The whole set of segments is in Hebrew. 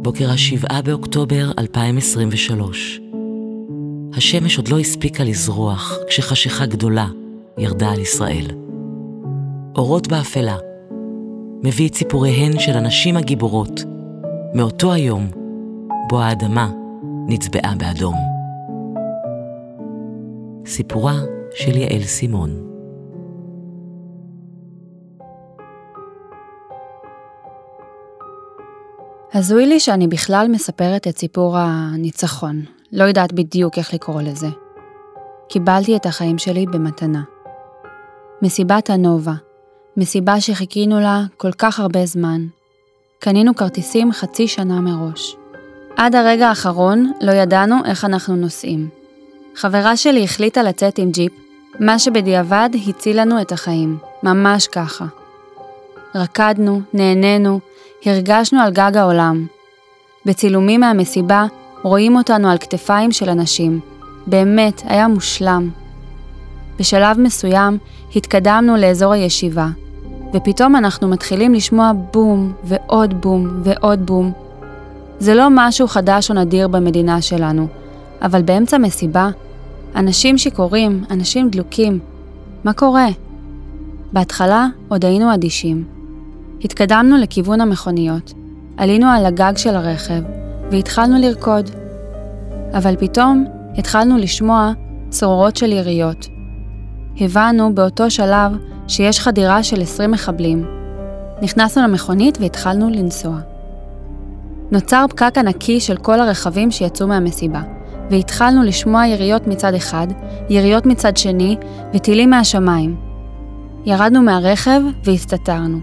בוקר ה7 באוקטובר 2023. השמש עוד לא הספיקה לזרוח כשחשיכה גדולה ירדה על ישראל. אורות באפלה מביא את סיפוריהן של הנשים הגיבורות מאותו היום בו האדמה נצבעה באדום. סיפורה של יעל סימון. הזוי לי שאני בכלל מספרת את סיפור הניצחון. לא יודעת בדיוק איך לקרוא לזה. קיבלתי את החיים שלי במתנה. מסיבת הנובה. מסיבה שחיכינו לה כל כך הרבה זמן. קנינו כרטיסים חצי שנה מראש. עד הרגע האחרון לא ידענו איך אנחנו נוסעים. חברה שלי החליטה לצאת עם ג'יפ, מה שבדיעבד הציל לנו את החיים. ממש ככה. רקדנו, נהנינו, הרגשנו על גג העולם. בצילומים מהמסיבה רואים אותנו על כתפיים של אנשים. באמת, היה מושלם. בשלב מסוים התקדמנו לאזור הישיבה, ופתאום אנחנו מתחילים לשמוע בום ועוד בום ועוד בום. זה לא משהו חדש או נדיר במדינה שלנו, אבל באמצע מסיבה, אנשים שיכורים, אנשים דלוקים. מה קורה? בהתחלה עוד היינו אדישים. התקדמנו לכיוון המכוניות, עלינו על הגג של הרכב והתחלנו לרקוד. אבל פתאום התחלנו לשמוע צרורות של יריות. הבנו באותו שלב שיש חדירה של 20 מחבלים. נכנסנו למכונית והתחלנו לנסוע. נוצר פקק ענקי של כל הרכבים שיצאו מהמסיבה, והתחלנו לשמוע יריות מצד אחד, יריות מצד שני וטילים מהשמיים. ירדנו מהרכב והסתתרנו.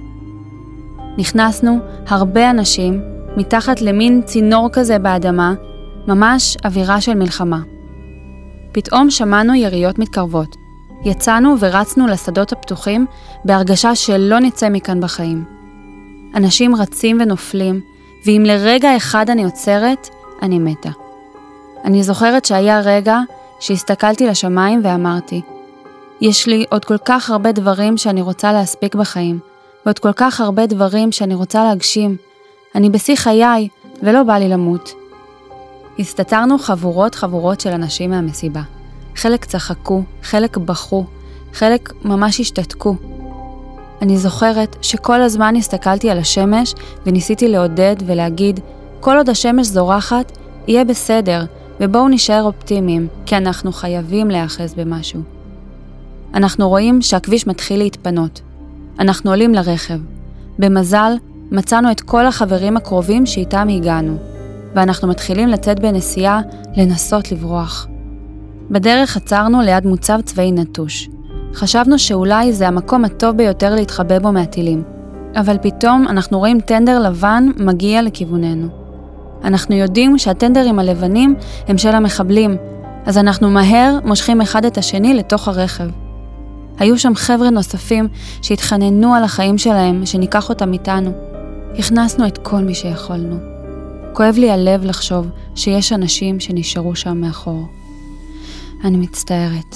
נכנסנו הרבה אנשים מתחת למין צינור כזה באדמה, ממש אווירה של מלחמה. פתאום שמענו יריות מתקרבות. יצאנו ורצנו לשדות הפתוחים בהרגשה שלא נצא מכאן בחיים. אנשים רצים ונופלים, ואם לרגע אחד אני עוצרת, אני מתה. אני זוכרת שהיה רגע שהסתכלתי לשמיים ואמרתי, יש לי עוד כל כך הרבה דברים שאני רוצה להספיק בחיים, ועוד כל כך הרבה דברים שאני רוצה להגשים. אני בשיא חיי ולא בא לי למות. הסתתרנו חבורות של אנשים מהמסיבה. חלק צחקו, חלק בכו, חלק ממש השתתקו. אני זוכרת שכל הזמן הסתכלתי על השמש וניסיתי לעודד ולהגיד, כל עוד השמש זורחת, יהיה בסדר, ובואו נשאר אופטימיים, כי אנחנו חייבים להיאחז במשהו. אנחנו רואים שהכביש מתחיל להתפנות. אנחנו עולים לרכב. במזל, מצאנו את כל החברים הקרובים שאיתם הגענו, ואנחנו מתחילים לצאת בנסיעה לנסות לברוח. בדרך עצרנו ליד מוצב צבאי נטוש. חשבנו שאולי זה המקום הטוב ביותר להתחבא בו מהטילים, אבל פתאום אנחנו רואים טנדר לבן מגיע לכיווננו. אנחנו יודעים שהטנדרים הלבנים הם של המחבלים, אז אנחנו מהר מושכים אחד את השני לתוך הרכב. היו שם חבר'ה נוספים שהתחננו על החיים שלהם שניקח אותם איתנו. הכנסנו את כל מי שיכולנו. כואב לי הלב לחשוב שיש אנשים שנשארו שם מאחור. אני מצטערת.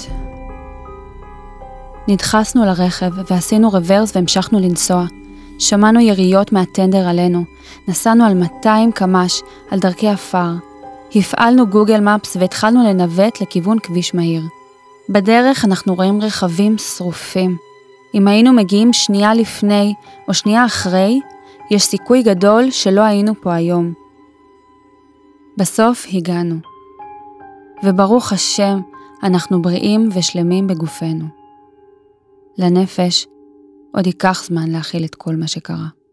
נדחסנו לרכב ועשינו רוורס והמשכנו לנסוע. שמענו יריות מהטנדר עלינו. נסענו על 200 קמ"ש על דרכי אפר. הפעלנו גוגל מפס והתחלנו לנווט לכיוון כביש מהיר. בדרך אנחנו רואים רכבים שרופים. אם היינו מגיעים שנייה לפני או שנייה אחרי, יש סיכוי גדול שלא היינו פה היום. בסוף הגענו. וברוך השם, אנחנו בריאים ושלמים בגופנו. לנפש עוד ייקח זמן להכיל את כל מה שקרה.